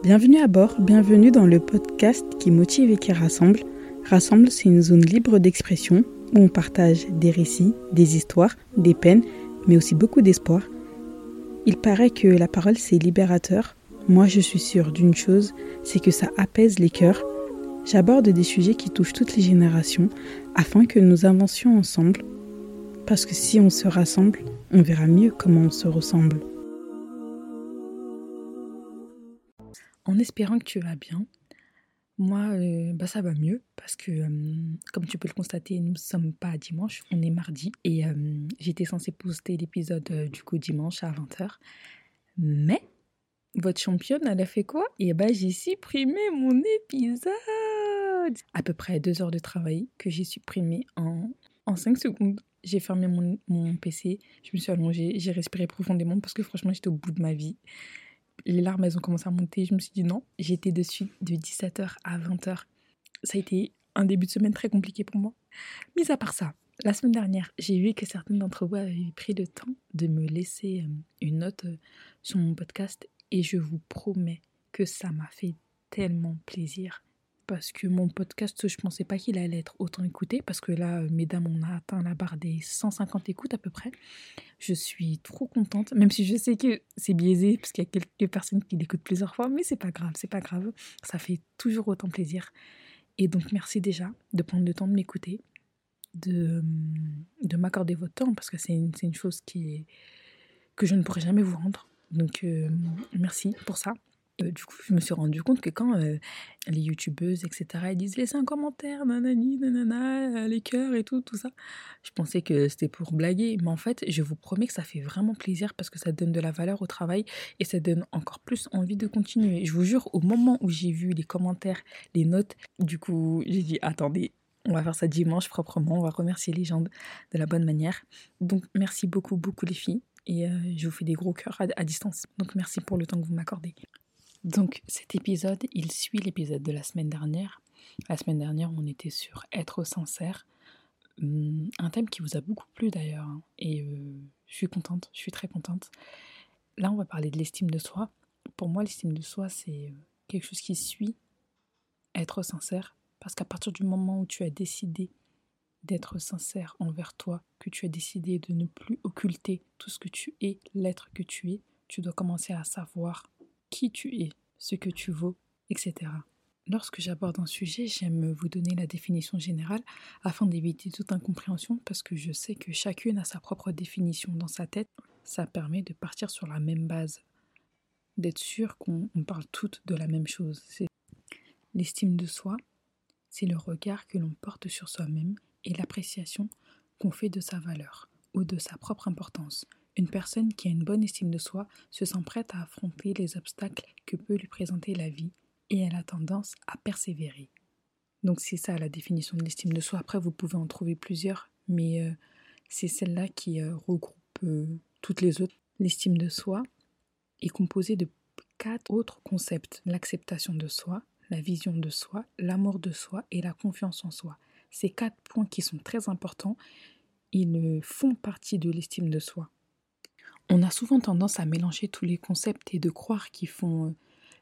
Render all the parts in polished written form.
Bienvenue à bord, bienvenue dans le podcast qui motive et qui rassemble. Rassemble, c'est une zone libre d'expression où on partage des récits, des histoires, des peines, mais aussi beaucoup d'espoir. Il paraît que la parole, c'est libérateur. Moi, je suis sûre d'une chose, c'est que ça apaise les cœurs. J'aborde des sujets qui touchent toutes les générations afin que nous avancions ensemble. Parce que si on se rassemble, on verra mieux comment on se ressemble. En espérant que tu vas bien, moi, ça va mieux parce que, comme tu peux le constater, nous ne sommes pas dimanche, on est mardi. Et j'étais censée poster l'épisode du coup dimanche à 20h. Mais votre championne, elle a fait quoi? Et j'ai supprimé mon épisode. À peu près 2 heures de travail que j'ai supprimé en 5 secondes. J'ai fermé mon PC, je me suis allongée, j'ai respiré profondément parce que franchement, j'étais au bout de ma vie. Les larmes, elles ont commencé à monter. Je me suis dit non. J'étais dessus de 17h à 20h. Ça a été un début de semaine très compliqué pour moi. Mis à part ça, la semaine dernière, j'ai vu que certains d'entre vous avaient pris le temps de me laisser une note sur mon podcast. Et je vous promets que ça m'a fait tellement plaisir. Parce que mon podcast, je ne pensais pas qu'il allait être autant écouté. Parce que là, mesdames, on a atteint la barre des 150 écoutes à peu près. Je suis trop contente, même si je sais que c'est biaisé parce qu'il y a quelques personnes qui l'écoutent plusieurs fois, mais c'est pas grave. Ça fait toujours autant plaisir. Et donc merci déjà de prendre le temps de m'écouter, de m'accorder votre temps parce que c'est une chose que je ne pourrai jamais vous rendre. Donc merci pour ça. Du coup, je me suis rendu compte que quand les youtubeuses, etc., elles disent laissez un commentaire, nanani, nanana, les cœurs et tout ça, je pensais que c'était pour blaguer. Mais en fait, je vous promets que ça fait vraiment plaisir parce que ça donne de la valeur au travail et ça donne encore plus envie de continuer. Je vous jure, au moment où j'ai vu les commentaires, les notes, du coup, j'ai dit attendez, on va faire ça dimanche proprement, on va remercier les gens de la bonne manière. Donc, merci beaucoup, beaucoup les filles. Et je vous fais des gros cœurs à distance. Donc, merci pour le temps que vous m'accordez. Donc cet épisode, il suit l'épisode de la semaine dernière. La semaine dernière, on était sur être sincère. Un thème qui vous a beaucoup plu d'ailleurs. Et je suis contente, je suis très contente. Là, on va parler de l'estime de soi. Pour moi, l'estime de soi, c'est quelque chose qui suit être sincère. Parce qu'à partir du moment où tu as décidé d'être sincère envers toi, que tu as décidé de ne plus occulter tout ce que tu es, l'être que tu es, tu dois commencer à savoir qui tu es, ce que tu vaux, etc. Lorsque j'aborde un sujet, j'aime vous donner la définition générale afin d'éviter toute incompréhension parce que je sais que chacune a sa propre définition dans sa tête. Ça permet de partir sur la même base, d'être sûr qu'on parle toutes de la même chose. L'estime de soi, c'est le regard que l'on porte sur soi-même et l'appréciation qu'on fait de sa valeur ou de sa propre importance. Une personne qui a une bonne estime de soi se sent prête à affronter les obstacles que peut lui présenter la vie et elle a tendance à persévérer. Donc c'est ça la définition de l'estime de soi. Après, vous pouvez en trouver plusieurs, mais c'est celle-là qui regroupe toutes les autres. L'estime de soi est composée de 4 autres concepts. L'acceptation de soi, la vision de soi, l'amour de soi et la confiance en soi. Ces 4 points qui sont très importants, ils font partie de l'estime de soi. On a souvent tendance à mélanger tous les concepts et de croire qu'ils sont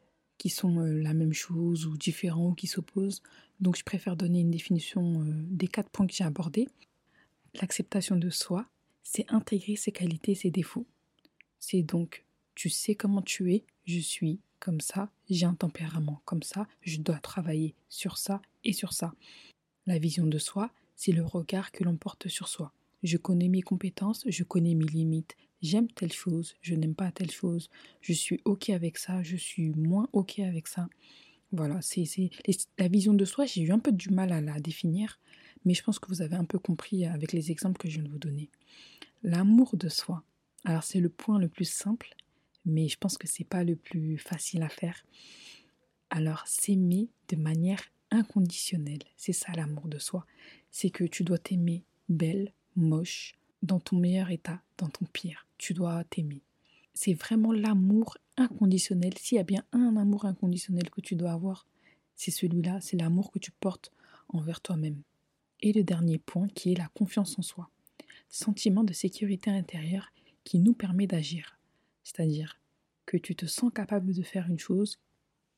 la même chose ou différents ou qui s'opposent. Donc je préfère donner une définition des 4 points que j'ai abordés. L'acceptation de soi, c'est intégrer ses qualités et ses défauts. C'est donc, tu sais comment tu es, je suis comme ça, j'ai un tempérament comme ça, je dois travailler sur ça et sur ça. La vision de soi, c'est le regard que l'on porte sur soi. Je connais mes compétences, je connais mes limites. J'aime telle chose, je n'aime pas telle chose. Je suis OK avec ça, je suis moins OK avec ça. Voilà, la vision de soi, j'ai eu un peu du mal à la définir, mais je pense que vous avez un peu compris avec les exemples que je viens de vous donner. L'amour de soi. Alors c'est le point le plus simple, mais je pense que c'est pas le plus facile à faire. Alors s'aimer de manière inconditionnelle, c'est ça l'amour de soi. C'est que tu dois t'aimer belle, moche, dans ton meilleur état, dans ton pire. Tu dois t'aimer. C'est vraiment l'amour inconditionnel. S'il y a bien un amour inconditionnel que tu dois avoir, c'est celui-là, c'est l'amour que tu portes envers toi-même. Et le dernier point qui est la confiance en soi. Sentiment de sécurité intérieure qui nous permet d'agir. C'est-à-dire que tu te sens capable de faire une chose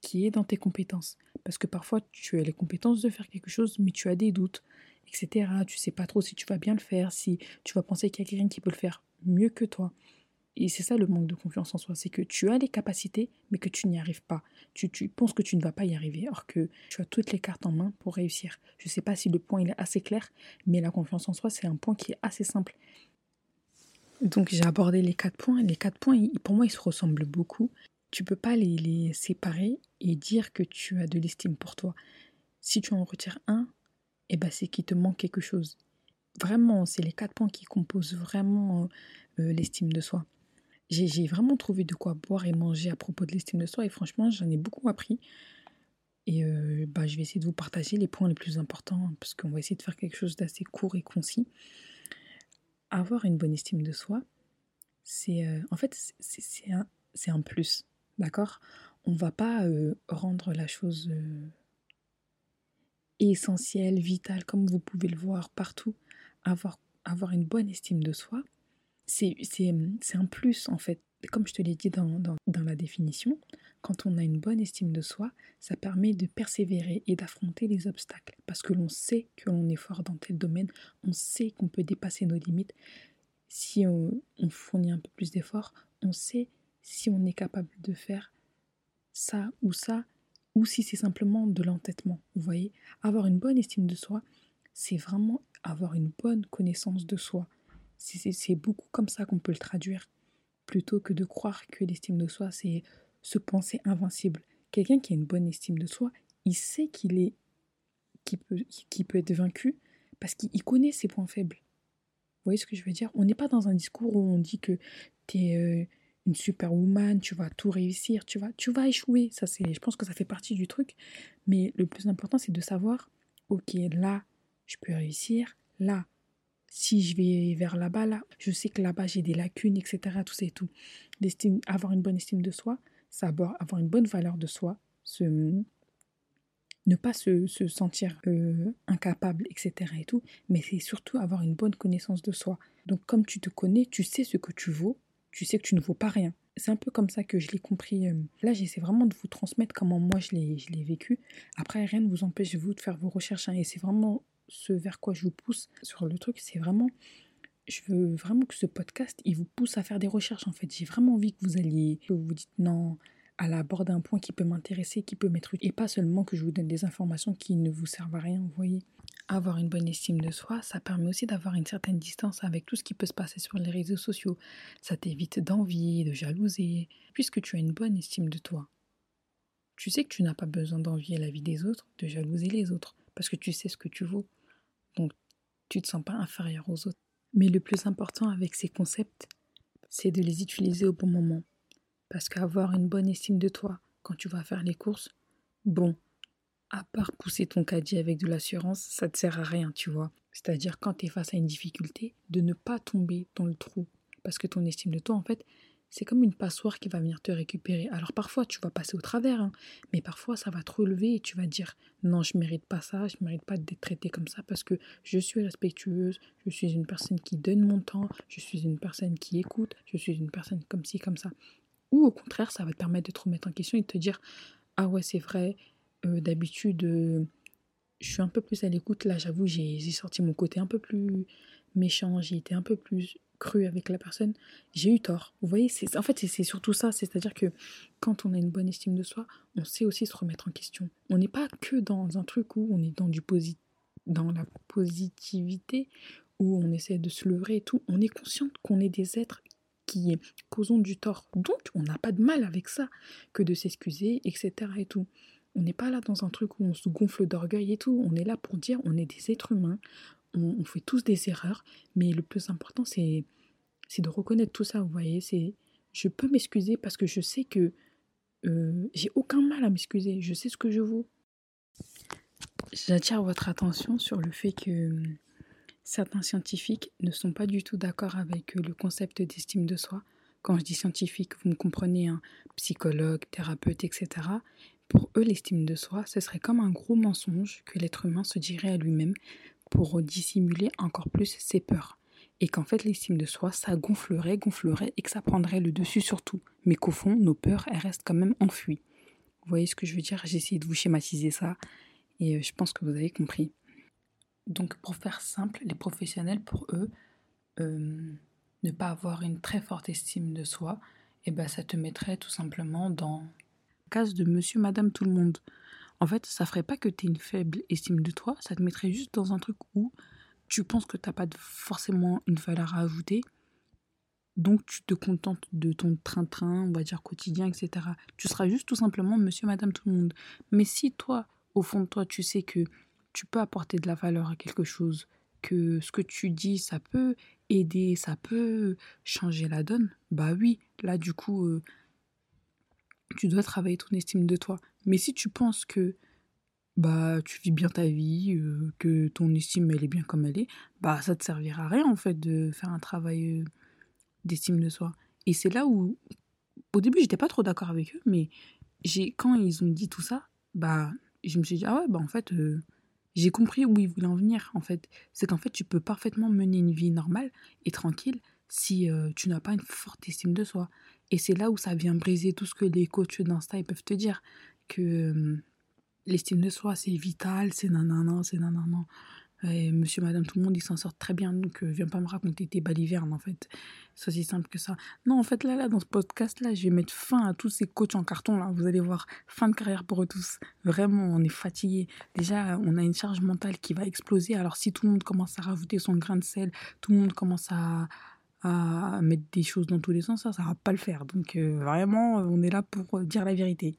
qui est dans tes compétences. Parce que parfois, tu as les compétences de faire quelque chose, mais tu as des doutes, etc. Tu sais pas trop si tu vas bien le faire, si tu vas penser qu'il y a quelqu'un qui peut le faire mieux que toi. Et c'est ça le manque de confiance en soi, c'est que tu as les capacités, mais que tu n'y arrives pas. Tu penses que tu ne vas pas y arriver, alors que tu as toutes les cartes en main pour réussir. Je ne sais pas si le point il est assez clair, mais la confiance en soi, c'est un point qui est assez simple. Donc j'ai abordé les 4 points. Les 4 points, pour moi, ils se ressemblent beaucoup. Tu peux pas les séparer et dire que tu as de l'estime pour toi. Si tu en retires un, eh ben c'est qu'il te manque quelque chose. Vraiment, c'est les 4 points qui composent vraiment l'estime de soi. J'ai vraiment trouvé de quoi boire et manger à propos de l'estime de soi et franchement, j'en ai beaucoup appris. Et je vais essayer de vous partager les points les plus importants parce qu'on va essayer de faire quelque chose d'assez court et concis. Avoir une bonne estime de soi, c'est en fait c'est un plus, d'accord? On va pas rendre la chose essentielle, vitale, comme vous pouvez le voir partout. Avoir une bonne estime de soi, c'est un plus en fait. Comme je te l'ai dit dans la définition, quand on a une bonne estime de soi, ça permet de persévérer et d'affronter les obstacles. Parce que l'on sait que l'on est fort dans tel domaine, on sait qu'on peut dépasser nos limites. Si on fournit un peu plus d'efforts, on sait si on est capable de faire ça, ou si c'est simplement de l'entêtement. Vous voyez, avoir une bonne estime de soi, c'est vraiment avoir une bonne connaissance de soi. C'est beaucoup comme ça qu'on peut le traduire, plutôt que de croire que l'estime de soi, c'est se penser invincible. Quelqu'un qui a une bonne estime de soi, il sait qu'il peut être vaincu parce qu'il connaît ses points faibles. Vous voyez ce que je veux dire? On n'est pas dans un discours où on dit que tu es une superwoman, tu vas tout réussir, tu vas échouer. Ça, je pense que ça fait partie du truc. Mais le plus important, c'est de savoir, ok, là, je peux réussir. Là, si je vais vers là-bas, là, je sais que là-bas, j'ai des lacunes, etc. Tout ça et tout. Avoir une bonne estime de soi, c'est avoir une bonne valeur de soi, ne pas se sentir incapable, etc. et tout, mais c'est surtout avoir une bonne connaissance de soi. Donc comme tu te connais, tu sais ce que tu vaux, tu sais que tu ne vaux pas rien. C'est un peu comme ça que je l'ai compris. Là, j'essaie vraiment de vous transmettre comment moi je l'ai vécu. Après, rien ne vous empêche, vous, de faire vos recherches, hein, et c'est vraiment ce vers quoi je vous pousse sur le truc, c'est vraiment, je veux vraiment que ce podcast, il vous pousse à faire des recherches, en fait. J'ai vraiment envie que vous vous dites non, à la aborde un point qui peut m'intéresser, qui peut m'être utile, et pas seulement que je vous donne des informations qui ne vous servent à rien, vous voyez. Avoir une bonne estime de soi, ça permet aussi d'avoir une certaine distance avec tout ce qui peut se passer sur les réseaux sociaux. Ça t'évite d'envier, de jalouser, puisque tu as une bonne estime de toi. Tu sais que tu n'as pas besoin d'envier la vie des autres, de jalouser les autres, parce que tu sais ce que tu vaux. Donc, tu ne te sens pas inférieur aux autres. Mais le plus important avec ces concepts, c'est de les utiliser au bon moment. Parce qu'avoir une bonne estime de toi quand tu vas faire les courses, bon, à part pousser ton caddie avec de l'assurance, ça te sert à rien, tu vois. C'est-à-dire quand tu es face à une difficulté, de ne pas tomber dans le trou. Parce que ton estime de toi, en fait, c'est comme une passoire qui va venir te récupérer. Alors parfois, tu vas passer au travers, hein, mais parfois, ça va te relever et tu vas dire non, je mérite pas ça, je mérite pas d'être traitée comme ça parce que je suis respectueuse, je suis une personne qui donne mon temps, je suis une personne qui écoute, je suis une personne comme ci, comme ça. Ou au contraire, ça va te permettre de te remettre en question et de te dire ah ouais, c'est vrai, d'habitude, je suis un peu plus à l'écoute. Là, j'avoue, j'ai sorti mon côté un peu plus méchant, j'ai été un peu plus cru avec la personne. J'ai eu tort. Vous voyez, en fait, c'est surtout ça. C'est-à-dire que quand on a une bonne estime de soi, on sait aussi se remettre en question. On n'est pas que dans un truc où on est dans la positivité, où on essaie de se leurrer et tout. On est conscient qu'on est des êtres qui causons du tort. Donc, on n'a pas de mal avec ça que de s'excuser, etc. et tout. On n'est pas là dans un truc où on se gonfle d'orgueil et tout. On est là pour dire on est des êtres humains, on fait tous des erreurs, mais le plus important, c'est de reconnaître tout ça, vous voyez. Je peux m'excuser parce que je sais que j'ai aucun mal à m'excuser. Je sais ce que je vaux. J'attire votre attention sur le fait que certains scientifiques ne sont pas du tout d'accord avec le concept d'estime de soi. Quand je dis scientifique, vous me comprenez, hein, psychologue, thérapeute, etc. Pour eux, l'estime de soi, ce serait comme un gros mensonge que l'être humain se dirait à lui-même pour dissimuler encore plus ses peurs. Et qu'en fait, l'estime de soi, ça gonflerait et que ça prendrait le dessus sur tout. Mais qu'au fond, nos peurs, elles restent quand même enfouies. Vous voyez ce que je veux dire? J'ai essayé de vous schématiser ça et je pense que vous avez compris. Donc pour faire simple, les professionnels, pour eux, ne pas avoir une très forte estime de soi, et ben ça te mettrait tout simplement dans la case de monsieur, madame, tout le monde. En fait, ça ferait pas que tu aies une faible estime de toi, ça te mettrait juste dans un truc où tu penses que t'as pas forcément une valeur à ajouter, donc tu te contentes de ton train-train, on va dire quotidien, etc. Tu seras juste tout simplement monsieur, madame, tout le monde. Mais si toi, au fond de toi, tu sais que tu peux apporter de la valeur à quelque chose, que ce que tu dis, ça peut aider, ça peut changer la donne, bah oui, là du coup, tu dois travailler ton estime de toi. Mais si tu penses que bah tu vis bien ta vie, que ton estime elle est bien comme elle est, bah ça te servira à rien en fait de faire un travail d'estime de soi. Et c'est là où, au début, j'étais pas trop d'accord avec eux, mais quand ils ont dit tout ça, bah je me suis dit, ah ouais, bah en fait, j'ai compris où ils voulaient en venir, en fait. C'est qu'en fait, tu peux parfaitement mener une vie normale et tranquille si tu n'as pas une forte estime de soi. Et c'est là où ça vient briser tout ce que les coachs d'Insta ils peuvent te dire, que l'estime de soi, c'est vital, c'est nanana, c'est nanana. Et monsieur, madame, tout le monde, ils s'en sortent très bien. Donc, viens pas me raconter tes balivernes, en fait. C'est aussi simple que ça. Non, en fait, là, dans ce podcast-là, je vais mettre fin à tous ces coachs en carton, là. Vous allez voir, fin de carrière pour eux tous. Vraiment, on est fatigués. Déjà, on a une charge mentale qui va exploser. Alors, si tout le monde commence à rajouter son grain de sel, tout le monde commence à mettre des choses dans tous les sens, ça va pas le faire. Donc, vraiment, on est là pour dire la vérité.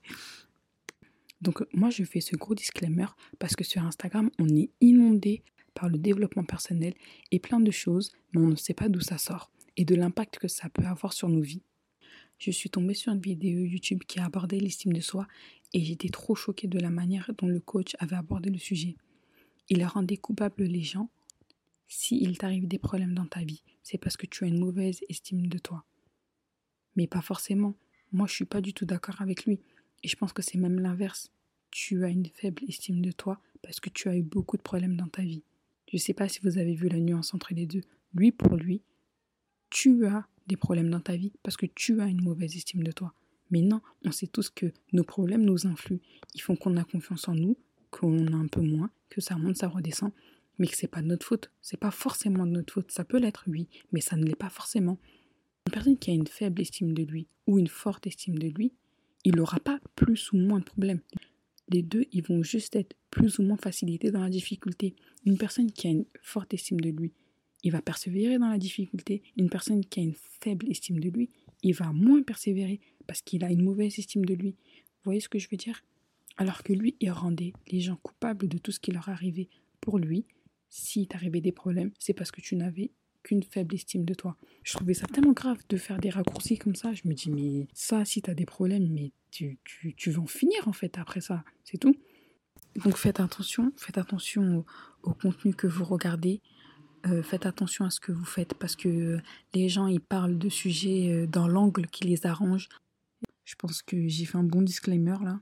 Donc moi je fais ce gros disclaimer parce que sur Instagram on est inondé par le développement personnel et plein de choses, mais on ne sait pas d'où ça sort et de l'impact que ça peut avoir sur nos vies. Je suis tombée sur une vidéo YouTube qui a abordé l'estime de soi et j'étais trop choquée de la manière dont le coach avait abordé le sujet. Il rendait coupable les gens. S'il t'arrive des problèmes dans ta vie, c'est parce que tu as une mauvaise estime de toi. Mais pas forcément. Moi je suis pas du tout d'accord avec lui. Et je pense que c'est même l'inverse. Tu as une faible estime de toi parce que tu as eu beaucoup de problèmes dans ta vie. Je ne sais pas si vous avez vu la nuance entre les deux. Lui, pour lui, tu as des problèmes dans ta vie parce que tu as une mauvaise estime de toi. Mais non, on sait tous que nos problèmes nous influent. Ils font qu'on a confiance en nous, qu'on a un peu moins, que ça monte, ça redescend, mais que c'est pas de notre faute. C'est pas forcément de notre faute. Ça peut l'être, oui, mais ça ne l'est pas forcément. Une personne qui a une faible estime de lui ou une forte estime de lui, il n'aura pas plus ou moins de problèmes. Les deux, ils vont juste être plus ou moins facilités dans la difficulté. Une personne qui a une forte estime de lui, il va persévérer dans la difficulté. Une personne qui a une faible estime de lui, il va moins persévérer parce qu'il a une mauvaise estime de lui. Vous voyez ce que je veux dire? Alors que lui, il rendait les gens coupables de tout ce qui leur arrivait. Pour lui, s'il t'arrivait des problèmes, c'est parce que tu n'avais qu'une faible estime de toi. Je trouvais ça tellement grave de faire des raccourcis comme ça. Je me dis, mais ça, si t'as des problèmes, mais tu vas en finir en fait après ça. C'est tout. Donc faites attention au contenu que vous regardez. Faites attention à ce que vous faites parce que les gens, ils parlent de sujets dans l'angle qui les arrange. Je pense que j'ai fait un bon disclaimer là.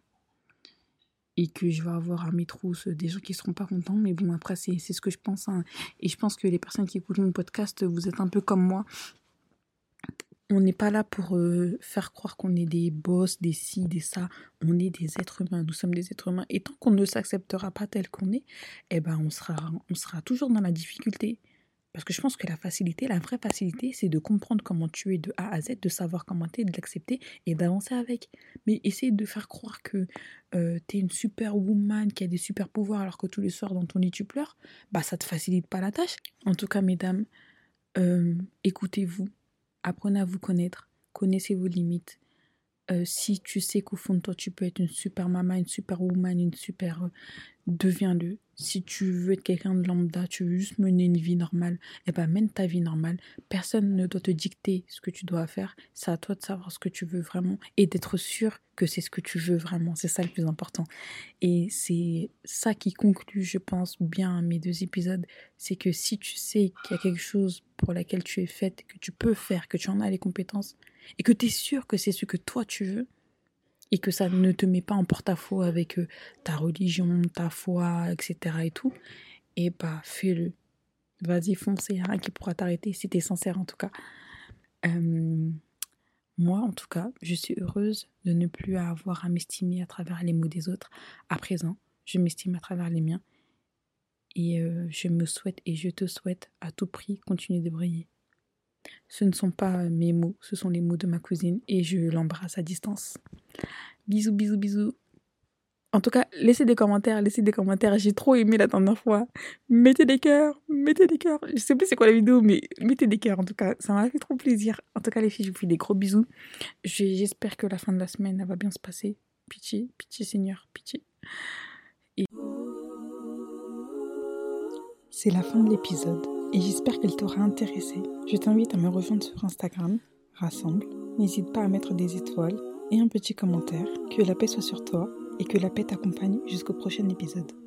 Et que je vais avoir à mes trousses des gens qui ne seront pas contents. Mais bon, après, c'est ce que je pense. Hein. Et je pense que les personnes qui écoutent mon podcast, vous êtes un peu comme moi. On n'est pas là pour faire croire qu'on est des boss, des ci, des ça. On est des êtres humains. Nous sommes des êtres humains. Et tant qu'on ne s'acceptera pas tel qu'on est, eh ben, on sera toujours dans la difficulté. Parce que je pense que la facilité, la vraie facilité, c'est de comprendre comment tu es de A à Z, de savoir comment tu es, de l'accepter et d'avancer avec. Mais essayer de faire croire que tu es une super woman qui a des super pouvoirs alors que tous les soirs dans ton lit tu pleures, bah ça te facilite pas la tâche. En tout cas, mesdames, écoutez-vous, apprenez à vous connaître, connaissez vos limites. Si tu sais qu'au fond de toi, tu peux être une super maman, une super woman, une super... deviens-le. Si tu veux être quelqu'un de lambda, tu veux juste mener une vie normale, eh ben mène ta vie normale. Personne ne doit te dicter ce que tu dois faire. C'est à toi de savoir ce que tu veux vraiment et d'être sûr que c'est ce que tu veux vraiment. C'est ça le plus important. Et c'est ça qui conclut, je pense, bien mes 2 épisodes. C'est que si tu sais qu'il y a quelque chose pour laquelle tu es faite, que tu peux faire, que tu en as les compétences et que tu es sûr que c'est ce que toi tu veux, et que ça ne te met pas en porte-à-faux avec ta religion, ta foi, etc. et tout, et bah fais-le. Vas-y, fonce, il n'y a rien qui pourra t'arrêter si t'es sincère en tout cas. Moi, en tout cas, je suis heureuse de ne plus avoir à m'estimer à travers les mots des autres. À présent, je m'estime à travers les miens. Et je me souhaite et je te souhaite à tout prix continuer de briller. Ce ne sont pas mes mots, ce sont les mots de ma cousine et je l'embrasse à distance. Bisous, bisous, bisous. En tout cas, laissez des commentaires. J'ai trop aimé la dernière fois. Mettez des cœurs, mettez des cœurs. Je sais plus c'est quoi la vidéo, mais mettez des cœurs. En tout cas, ça m'a fait trop plaisir. En tout cas, les filles, je vous fais des gros bisous. J'espère que la fin de la semaine, elle va bien se passer. Pitié, pitié Seigneur, pitié. Et c'est la fin de l'épisode et j'espère qu'elle t'aura intéressé. Je t'invite à me rejoindre sur Instagram, Rassemble. N'hésite pas à mettre des étoiles et un petit commentaire. Que la paix soit sur toi et que la paix t'accompagne jusqu'au prochain épisode.